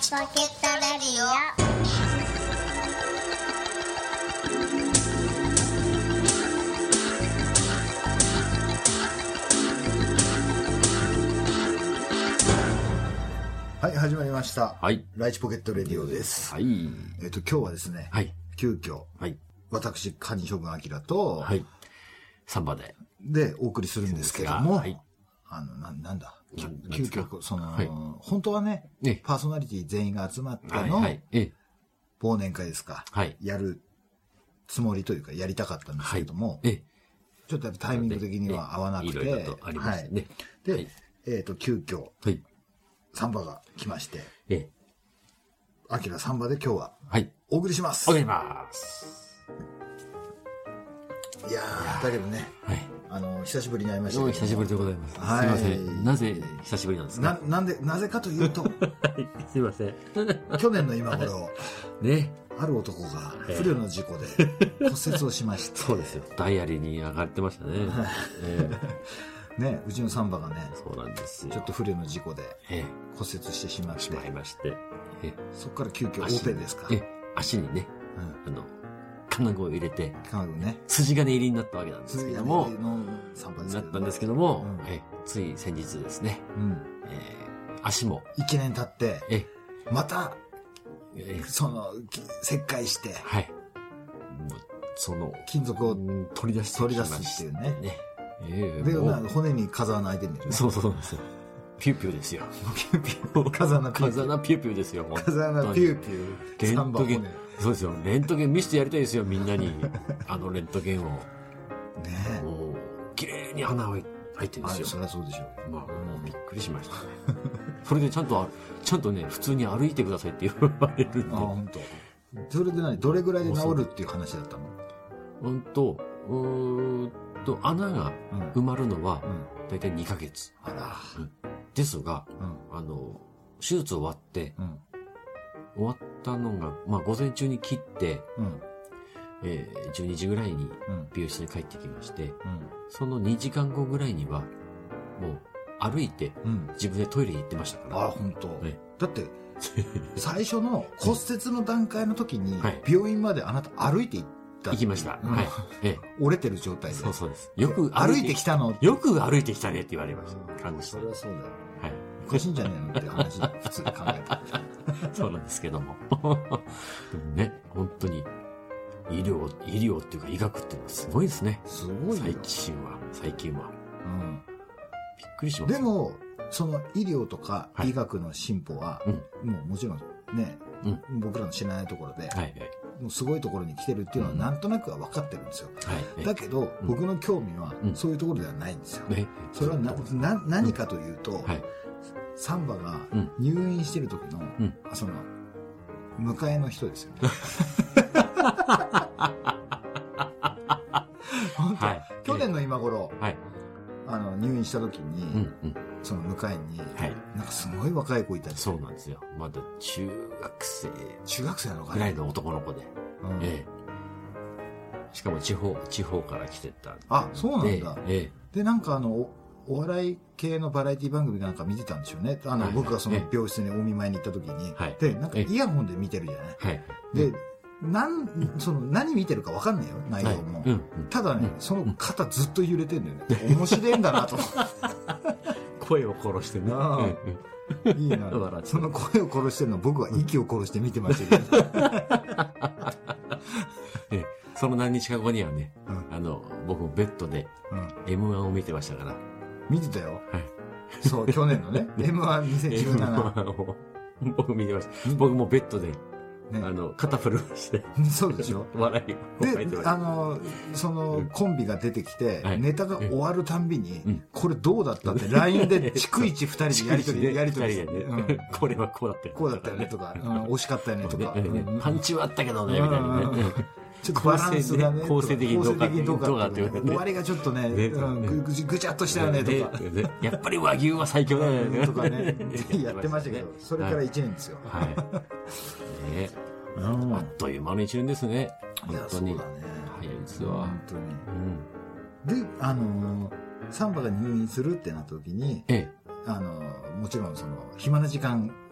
チポケットレディオ。 はい、始まりました。 はい。 ライチポケットレディオです。 はい。 今日はですね、 はい。 急遽、 はい。 私、カニ将軍アキラと、 はい。サンバで、お送りするんですけども、 はい。 なんだ、急遽、 はい、 本当はね、パーソナリティ全員が集まっての、忘年会ですか、 はい。 やるつもりというか、やりたかったんですけども、ちょっとやっぱタイミング的には合わなくて、 いろいろとありましたね。 で、急遽、 はい。 サンバが来まして、アキラサンバで今日は、お送りします。 お願いします。 いやー、だけどね、久しぶりに会いましたけど。 久しぶりでございます。すいません。なぜ久しぶりなんですか？ なぜかというと、 すいません。 去年の今頃、 ね。 ある男が不慮の事故で骨折をしまして。 そうですよ。ダイアリーに上がってましたね。 ね、うちのサンバがね、 そうなんですよ。 ちょっと不慮の事故で骨折してしまって、そこから急遽オペですか。 足にね、金具を入れて、 ね、 筋金入りになったわけなんですけども、 なったんですけども、つい先日ですね、足も 1年経って、また、切開して、 その金属を取り出すっていうね。で、骨に風穴開いてるんだよね。 そうですよ。ピューピューですよ。 ピューピュー。風穴ピューピューですよ。 風穴ピューピュー。 レントゲン。そうですよ。レントゲン見せてやりたいですよ、みんなに。レントゲンを。 ねえ。 もう、綺麗に穴入ってるんですよ。 そりゃそうでしょう。 もうびっくりしましたね。それでちゃんとね、普通に歩いてくださいって言われるんで。 本当。それでどれぐらいで治るっていう話だったの？穴が埋まるのは、だいたい2ヶ月。ですが、手術終わって、終わったのが、午前中に切って、12時ぐらいに美容室に帰ってきまして、その2時間後ぐらいには、もう歩いて、自分でトイレに行ってましたから。 本当。だって、最初の骨折の段階の時に、病院まであなた歩いて行きました。 折れてる状態で。 そうです。 よく歩いてきたの？ よく歩いてきたねって言われました。 それはそうだよ。おかしいんじゃねえのって話だ。普通に考えたら。 そうなんですけども。ね、本当に、医療っていうか医学っていうのはすごいですね。 すごいよ。 最近は。びっくりします。 でも、その医療とか医学の進歩は、もちろんね、僕らの知らないところで、もうすごいところに来てるっていうのはなんとなくは分かってるんですよ。だけど、僕の興味はそういうところではないんですよ。それは何かというと、サンバが入院してる時の、迎えの人ですよね。本当、去年の今頃、入院した時に、その迎えに、なんかすごい若い子いたり。 そうなんですよ。まだ中学生なのかぐらいの男の子で。しかも地方から来てた。 そうなんだ。で、なんかお笑い系のバラエティ番組なんか見てたんでしょうね。僕がその病室にお見舞いに行った時に。で、なんかイヤホンで見てるじゃない。で、何見てるか分かんないよ、内容も。ただね、その肩ずっと揺れてるんだよね。面白いんだなと。 声を殺してね。 いいな。その声を殺してるの僕は息を殺して見てましたけど。 その何日か後にはね、僕もベッドで M1 を見てましたから。 見てたよ。そう、去年のね、M12017。 僕見てました。僕もベッドで。肩震わして。 そうでしょ。 笑いを書いてました。 そのコンビが出てきて、ネタが終わるたんびに、これどうだったって LINE で逐一2人でやりとりして。 これはこうだったよね。 こうだったよねとか、惜しかったよねとか。 パンチはあったけどね、みたいなね。 ちょっとバランスがね、 構成的にどうかって終わりがちょっとね、ぐちゃっとしたよねとか。 やっぱり和牛は最強だよね。 とかね、やってましたけど、それから1年ですよ。 あっという間の1年ですね。 本当に。 早いですわ。 本当に。で、サンバが入院するってなった時に、もちろんその暇な時間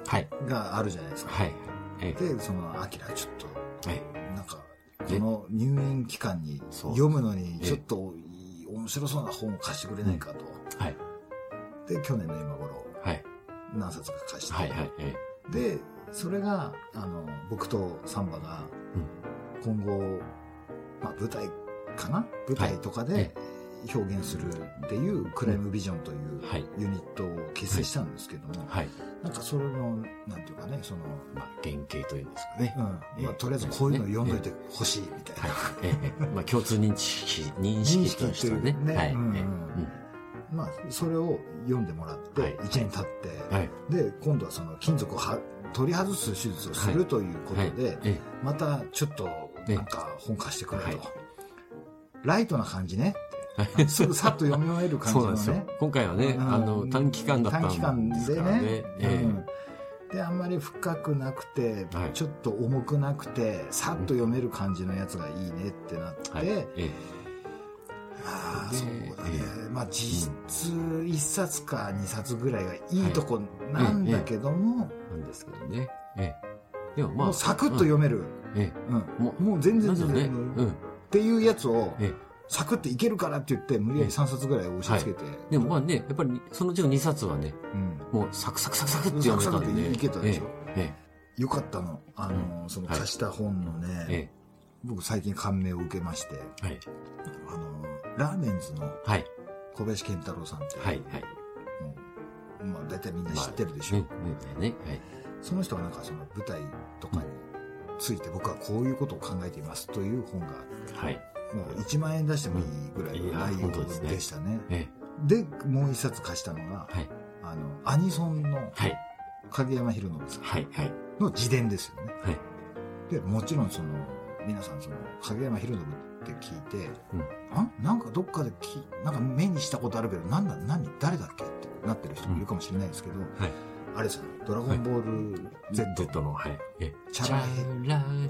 があるじゃないですか。で、その、アキラちょっと、なんか、この入院期間に読むのに、ちょっと面白そうな本を貸してくれないかと。で、去年の今頃、何冊か貸して、で、それが、僕とサンバが、今後、まあ、舞台かな、舞台とかで表現するっていうクライムビジョンというユニットを結成したんですけども、なんかそれの、なんていうかね、その、 まあ、原型というんですかね。 まあ、とりあえずこういうのを読んどいてほしいみたいな。 まあ、共通認識としてね。 まあ、それを読んでもらって、1年経って、で、今度はその金属を取り外す手術をするということで、またちょっと、なんか本貸してくれと。ライトな感じね。すぐさっと読み終える感じのね。そうなんですよ。 今回はね、短期間だったんですからね。短期間でね。 で、あんまり深くなくて、ちょっと重くなくて、さっと読める感じのやつがいいねってなって、ああ、そうだね。まあ実質1冊か2冊ぐらいがいいとこなんだけども、 なんですけどね。でもまあ。 もうサクッと読める。もう全然っていうやつを、サクッといけるからって言って、無理やり3冊ぐらい押し付けて。 でもまあね、やっぱりそのうちの2冊はね、もうサクサクサクサクって読めたんで。 いけたでしょ。よかったの。その貸した本のね、僕最近感銘を受けまして、ラーメンズの小林健太郎さんって、まあ大体みんな知ってるでしょ。その人がなんかその舞台とかについて僕はこういうことを考えていますという本があって、もう1万円出してもいいぐらいの内容でしたね。で、もう一冊貸したのが、アニソンの影山博信さんの自伝ですよね。で、もちろんその、皆さんその、影山博信って聞いて、なんかどっかでなんか目にしたことあるけど、誰だっけってなってる人もいるかもしれないですけど、あれですよ、ドラゴンボール Z の、 チャラヘ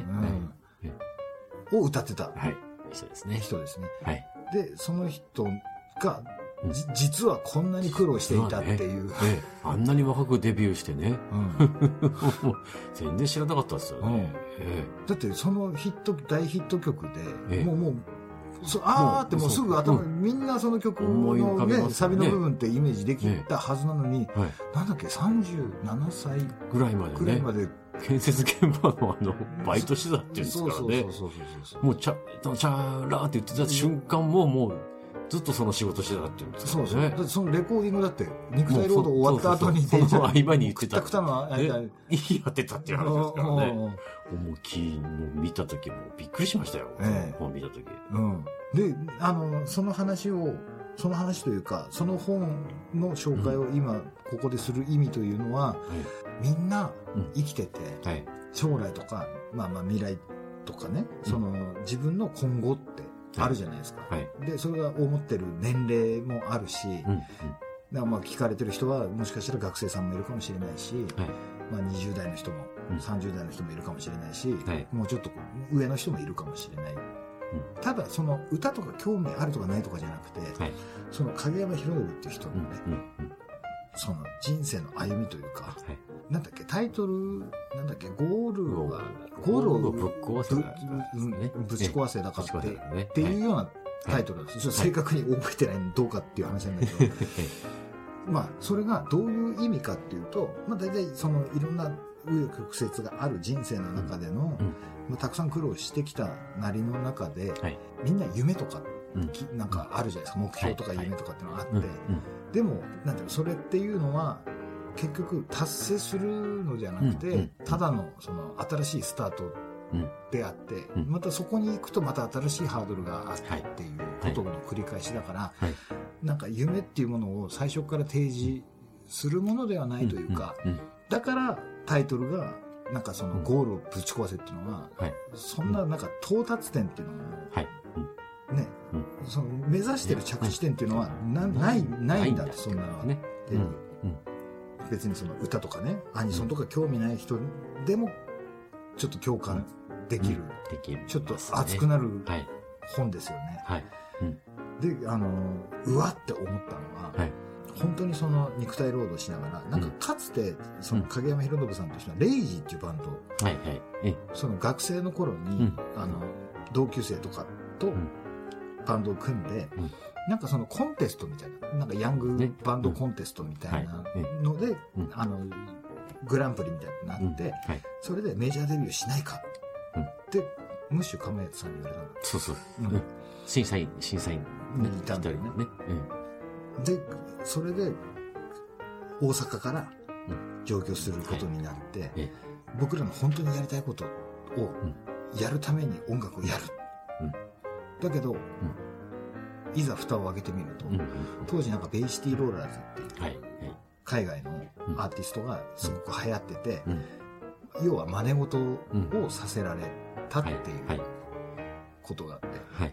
を歌ってた人ですね。で、その人が、実はこんなに苦労していたっていう。 あんなに若くデビューしてね。全然知らなかったですよね。 だってその大ヒット曲で、もう、あーってもうすぐ頭にみんなその曲のね、サビの部分ってイメージできたはずなのに、なんだっけ、37歳ぐらいまで建設現場のバイトしてたっていうんですからね。もうチャラーって言ってた瞬間もう、ずっとその仕事してたっていうんですからね。 だってそのレコーディングだって、肉体労働終わった後に、 その合間に言ってた。 くたの間に。やってたっていう話ですからね。思いっきり見たときもびっくりしましたよ。本見たとき。 で、その話というか、その本の紹介を今、ここでする意味というのは、みんな生きてて、将来とか、まあ未来とかね、その自分の今後ってあるじゃないですか。で、それが思ってる年齢もあるし、だからまあ聞かれてる人はもしかしたら学生さんもいるかもしれないし、まあ20代の人も30代の人もいるかもしれないし、もうちょっと上の人もいるかもしれない。ただその歌とか興味あるとかないとかじゃなくて、その影山博信っていう人のね、その人生の歩みというか、なんだっけ、タイトル、なんだっけ、ゴールをぶっ壊せぶち壊せだからっていうようなタイトルなんですよ。正確に覚えてないのどうかっていう話なんだけど、まあ、それがどういう意味かっていうと、まあ大体そのいろんな紆余曲折がある人生の中での、たくさん苦労してきたなりの中で、みんな夢とか、なんかあるじゃないですか、目標とか夢とかっていうのがあって、でも、なんていうの、それっていうのは、結局達成するのじゃなくて、ただのその新しいスタートであって、またそこに行くとまた新しいハードルがあってっていうことの繰り返しだから、なんか夢っていうものを最初から提示するものではないというか、だからタイトルがなんかそのゴールをぶち壊せっていうのは、そんななんか到達点っていうのも、ね、その目指してる着地点っていうのはないんだって、そんなのはね。別にその歌とかね、アニソンとか興味ない人でもちょっと共感できる、ちょっと熱くなる本ですよね。で、うわって思ったのは、 本当にその肉体労働しながら、なんかかつて、その影山博信さんとしては、レイジっていうバンド、その学生の頃に、同級生とかとバンドを組んで、なんかそのコンテストみたいな、なんかヤングバンドコンテストみたいなので、グランプリみたいになって、それでメジャーデビューしないかって、ムッシュ亀谷さんに言われたの。 そうそう。審査員にいたんだよね。で、それで、大阪から上京することになって、僕らの本当にやりたいことをやるために音楽をやる。だけど、いざ蓋を開けてみると、当時なんかベイシティローラーズっていう海外のアーティストがすごく流行ってて、要は真似事をさせられたっていうことがあって、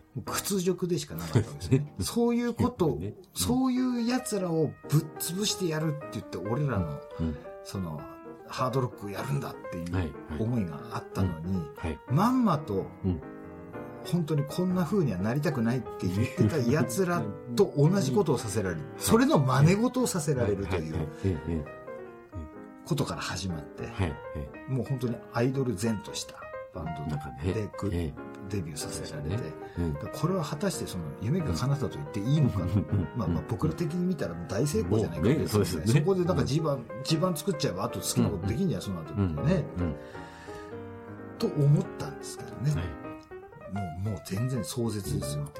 屈辱でしかなかったんですね。そういうことを、そういう奴らをぶっ潰してやるって言って、俺らの、その、ハードロックをやるんだっていう思いがあったのに、まんまと、本当にこんな風にはなりたくないって言ってた奴らと同じことをさせられる。それの真似事をさせられるということから始まって、もう本当にアイドル前としたバンドでデビューさせられて、これは果たしてその夢が叶ったと言っていいのかな。まあ僕ら的に見たら大成功じゃないかって、そこでなんか地盤作っちゃえばあと好きなことできんじゃん、その後ってね。と思ったんですけどね。もう全然壮絶ですよ。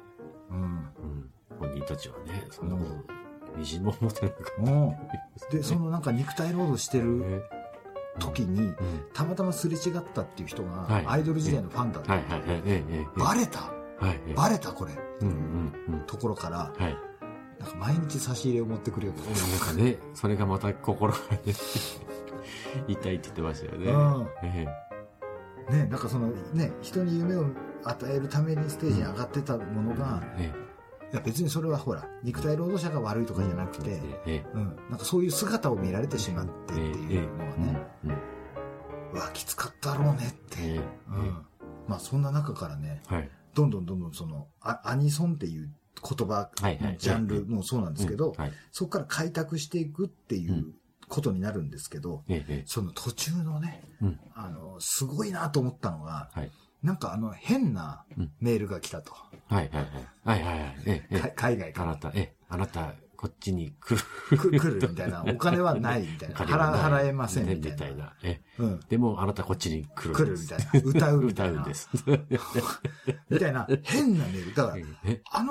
本人たちはね、そんなこと、みじんも思ってなかった。で、そのなんか肉体労働してる時に、たまたますれ違ったっていう人が、アイドル時代のファンだった。バレたこれ。ところから、なんか毎日差し入れを持ってくるようになって。 なんかね、それがまた心がね、痛いって言ってましたよね。 ね、なんかそのね、人に夢を与えるためにステージに上がってたものが、いや別にそれはほら、肉体労働者が悪いとかじゃなくて、なんかそういう姿を見られてしまってっていうのはね、うわ、きつかったろうねって。まあそんな中からね、どんどんその、アニソンっていう言葉、ジャンルもそうなんですけど、そこから開拓していくっていうことになるんですけど、その途中のね、すごいなと思ったのが、なんか変なメールが来たと。海外から。 あなた、こっちに来るみたいな。お金はないみたいな。払えませんみたいな。 でもあなたこっちに来るみたいな。歌うみたいな。 歌うんです。 みたいな変なメール。だから、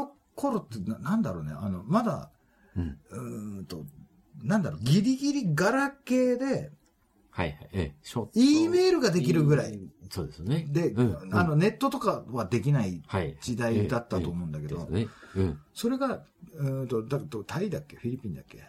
頃ってなんだろうね。まだ、なんだろう、ギリギリガラケーで、E メールができるぐらい。 そうですね。 で、ネットとかはできない時代だったと思うんだけど、それが、タイだっけフィリピンだっけ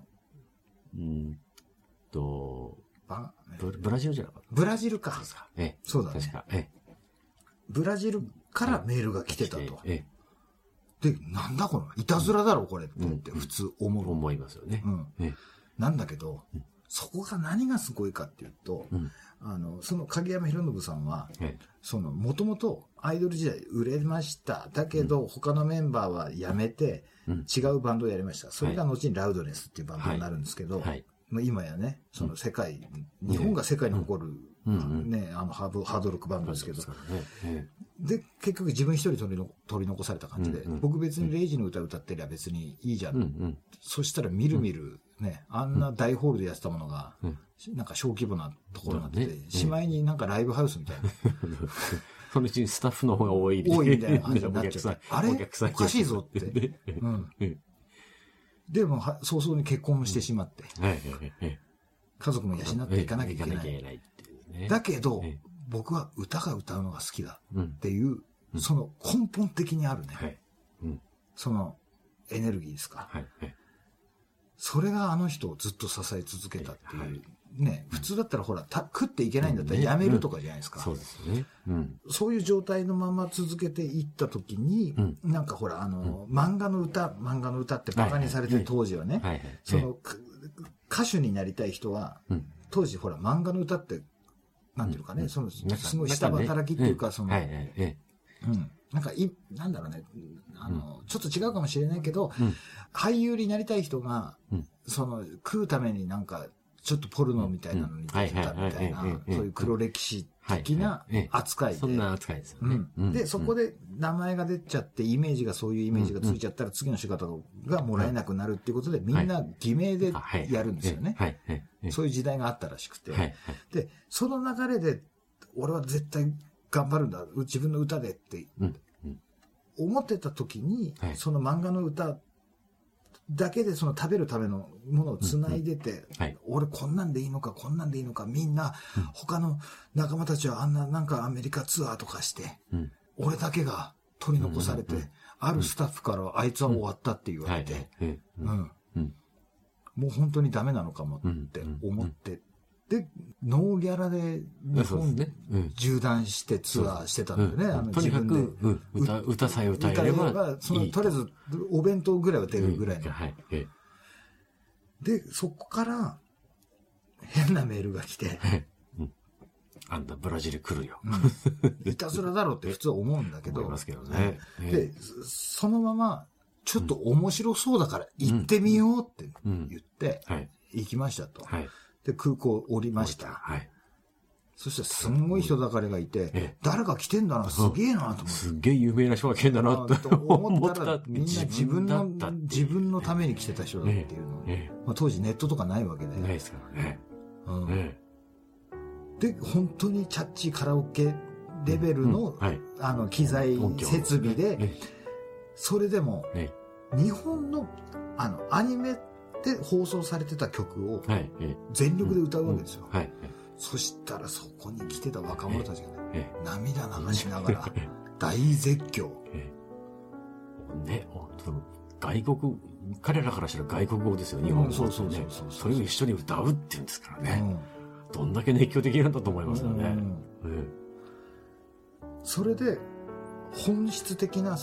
ブラジルじゃなかったブラジルか。そうだね。 確か。 ブラジルからメールが来てたと。で、なんだこの、いたずらだろこれって普通思いますよね。 なんだけど、そこが何がすごいかっていうと、その影山博信さんは、もともとアイドル時代売れました。だけど、他のメンバーは辞めて、違うバンドをやりました。それが後にラウドネスっていうバンドになるんですけど、今やね、その世界、日本が世界に誇る、ね、ハードロックバンドですけど、で、結局自分一人取り残された感じで、僕別にレイジの歌歌ってりゃ別にいいじゃん。そしたらみるみる、ね、あんな大ホールでやってたものが、なんか小規模なところになってて、しまいになんかライブハウスみたいな。 そのうちにスタッフの方が多いみたいな感じになっちゃって。あれおかしいぞって。でも、早々に結婚もしてしまって。家族も養っていかなきゃいけない。だけど、僕は歌が歌うのが好きだっていう、その根本的にあるね。そのエネルギーですか。それがあの人をずっと支え続けたっていう。ね、普通だったらほら、食っていけないんだったらやめるとかじゃないですか。 そうですね。 そういう状態のまま続けていったときに、なんかほら、漫画の歌ってバカにされてる当時はね、その、歌手になりたい人は、当時ほら、漫画の歌って、なんていうかね、その、すごい下働きっていうか、その、 なんかなんだろうね、ちょっと違うかもしれないけど、俳優になりたい人が、食うためになんか、ちょっとポルノみたいなのに出てたみたいな、そういう黒歴史的な扱いで。 そんな扱いですよね。 で、そこで名前が出ちゃって、そういうイメージがついちゃったら、次の仕事がもらえなくなるっていうことで、みんな偽名でやるんですよね。そういう時代があったらしくて。で、その流れで、俺は絶対頑張るんだ、自分の歌でって思ってた時に、その漫画の歌だけでその食べるためのものを繋いでて、俺こんなんでいいのか、こんなんでいいのか、みんな、他の仲間たちはあんななんかアメリカツアーとかして、俺だけが取り残されて、あるスタッフからあいつは終わったって言われて、もう本当にダメなのかもって思って、で、ノーギャラで日本縦断してツアーしてたんでね。 とにかく歌さえ歌えればとりあえずお弁当ぐらいは出るぐらいの。で、そこから変なメールが来て、 あんたブラジル来るよ。 いたずらだろうって普通は思うんだけど。 思いますけどね。 で、そのままちょっと面白そうだから行ってみようって言って行きましたと。で、空港降りました。そしたらすんごい人だかりがいて、誰か来てんだな、すげえなと思って。 すげえ有名な人が来てんだなと思ったら、みんな自分のために来てた人だっていうの。当時ネットとかないわけで。 ないですからね。 で、本当にチャッチーカラオケレベルの、機材、設備で、それでも、日本の、アニメで放送されてた曲を全力で歌うわけですよ。そしたらそこに来てた若者たちがね、涙流しながら大絶叫。 外国、彼らからしたら外国語ですよ、日本語。それを一緒に歌うっていうんですからね。どんだけ熱狂的なんだと思いますよね。 それで本質的な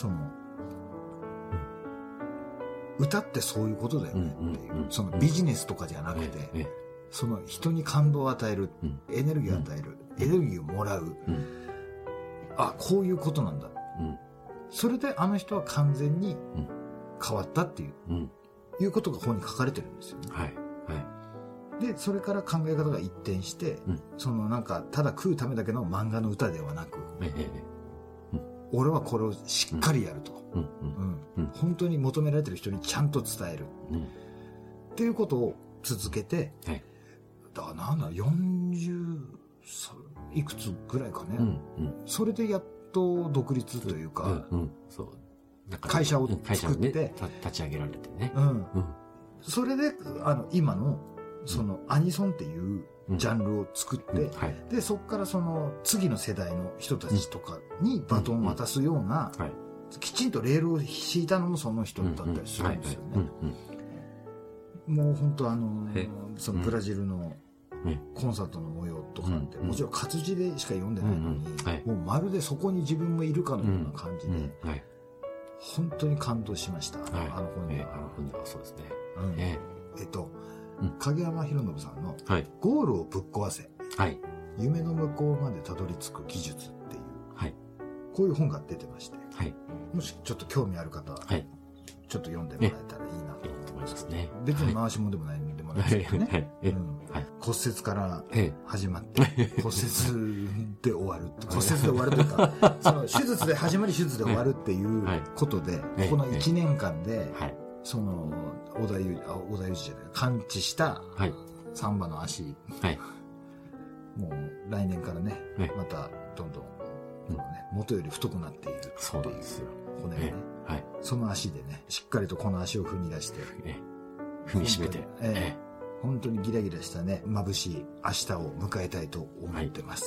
歌ってそういうことだよねっていう、そのビジネスとかじゃなくて、その人に感動を与える、エネルギーを与える、エネルギーをもらう、こういうことなんだ。それであの人は完全に変わったっていうことが本に書かれてるんですよね。で、それから考え方が一転して、なんかただ食うためだけの漫画の歌ではなく、俺はこれをしっかりやると。本当に求められてる人にちゃんと伝える。っていうことを続けて、だからなんだ、40いくつぐらいかね。それでやっと独立というか、会社を作って、 立ち上げられてね。 それで、今の、アニソンっていうジャンルを作って、で、そこから次の世代の人たちとかにバトンを渡すような、きちんとレールを敷いたのもその人だったりするんですよね。もう本当そのブラジルのコンサートの模様とかって、もちろん活字でしか読んでないのに、もうまるでそこに自分もいるかのような感じで、本当に感動しました。あの本には。 そうですね。 影山博信さんのゴールをぶっ壊せ、夢の向こうまでたどり着く技術っていう、こういう本が出てまして、もしちょっと興味ある方は、ちょっと読んでもらえたらいいなと思いますね。別に回しもんでもないんでもないですけどね。骨折から始まって、骨折で終わる。骨折で終わるというか、手術で始まり手術で終わるっていうことで、この1年間で、織田裕二じゃない、完治したサンバの足、もう来年からね、またどんどん元より太くなっているっていう骨がね、その足でね、しっかりとこの足を踏み出して、 踏みしめて、 本当にギラギラしたね、眩しい明日を迎えたいと思ってます。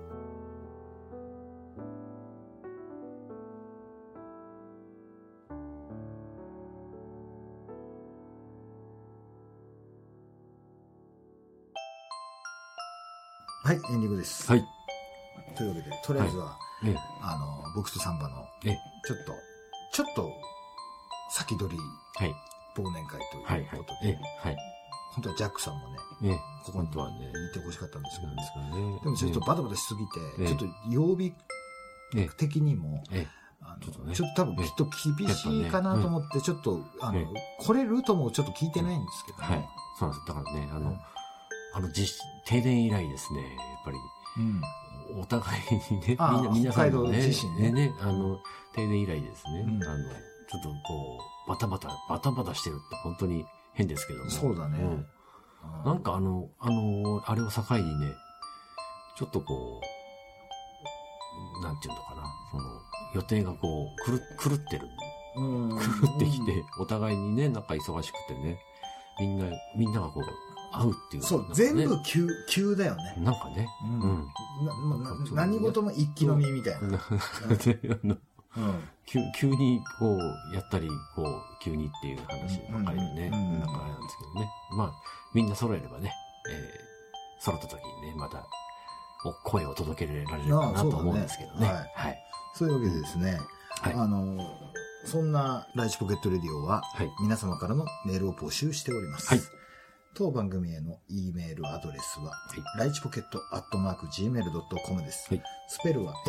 はい、エンディングです。というわけで、とりあえずは、僕とサンバの、ちょっと、先取り、忘年会ということで、本当はジャックさんもね、ここにいてほしかったんですけど、でもちょっとバタバタしすぎて、ちょっと曜日的にも、ちょっと多分きっと厳しいかなと思って、ちょっと、来れるともちょっと聞いてないんですけどね。はい。 そうなんです。だからね、停電以来ですね、やっぱり、お互いにね、皆さんのね、停電以来ですね、ちょっとこう、バタバタしてるって本当に変ですけども。 そうだね。 なんかあれを境にね、ちょっとこう、なんていうのかな、予定がこう、狂ってる。狂ってきて、お互いにね、なんか忙しくてね、みんながこう、会うっていう、ね。 そう、全部急だよね。 なんかね。 何事も一気飲みみたいな。 急にこう、やったり、こう、急にっていう話ばっかりでね、なんかあれなんですけどね。まあ、みんな揃えればね、揃った時にね、また、声を届けられるかなと思うんですけどね。 はい。そういうわけでですね、そんなライチポケットレディオは、皆様からのメールを募集しております。当番組への E メールアドレスは、ライチポケット@gmail.com です。スペルは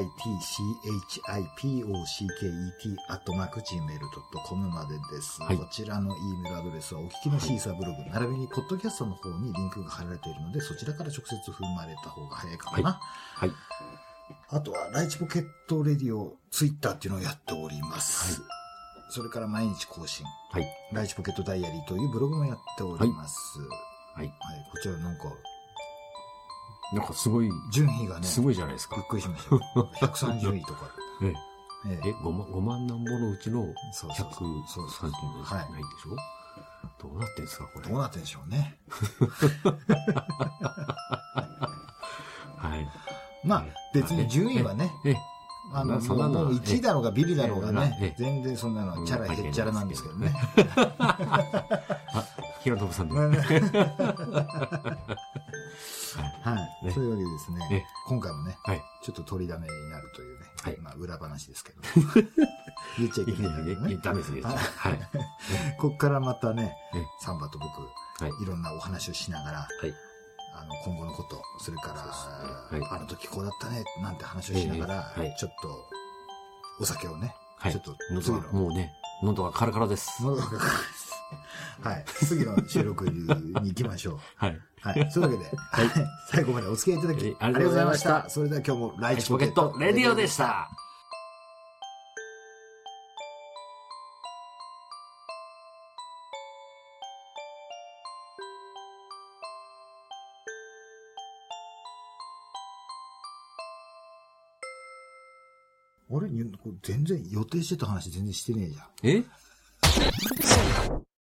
litchipocket@gmail.com までです。こちらの E メールアドレスはお聞きのシーサーブログ、並びにポッドキャストの方にリンクが貼られているので、そちらから直接踏まれた方が早いかな。あとは、ライチポケットレディオツイッターっていうのをやっております。それから毎日更新。ライチポケットダイアリーというブログもやっております。こちらなんかすごい。 順位がね。 すごいじゃないですか。 びっくりしました。130位とか。 5万何本のうちの130位ないでしょ？どうなってんですか、これ。 どうなってんでしょうね。まあ、別に順位はね、もう1位だろうがビリだろうがね、全然そんなのはチャラへっちゃらなんですけどね。 平信さんで。 そういうわけでですね、今回もね、ちょっと取りだめになるというね、裏話ですけど。言っちゃいけないんだけどね。 ダメですね。 こっからまたね、サンバと僕、いろんなお話をしながら、今後のこと、それから、あの時こうだったね、なんて話をしながら、ちょっと、お酒をね、ちょっと、 もうね、喉がカラカラです。 喉がカラカラです。次の収録に行きましょう。そういうわけで、最後までお付き合いいただき、ありがとうございました。それでは今日もライチポケットレディオでした。あれ全然予定してた話全然してねえじゃん。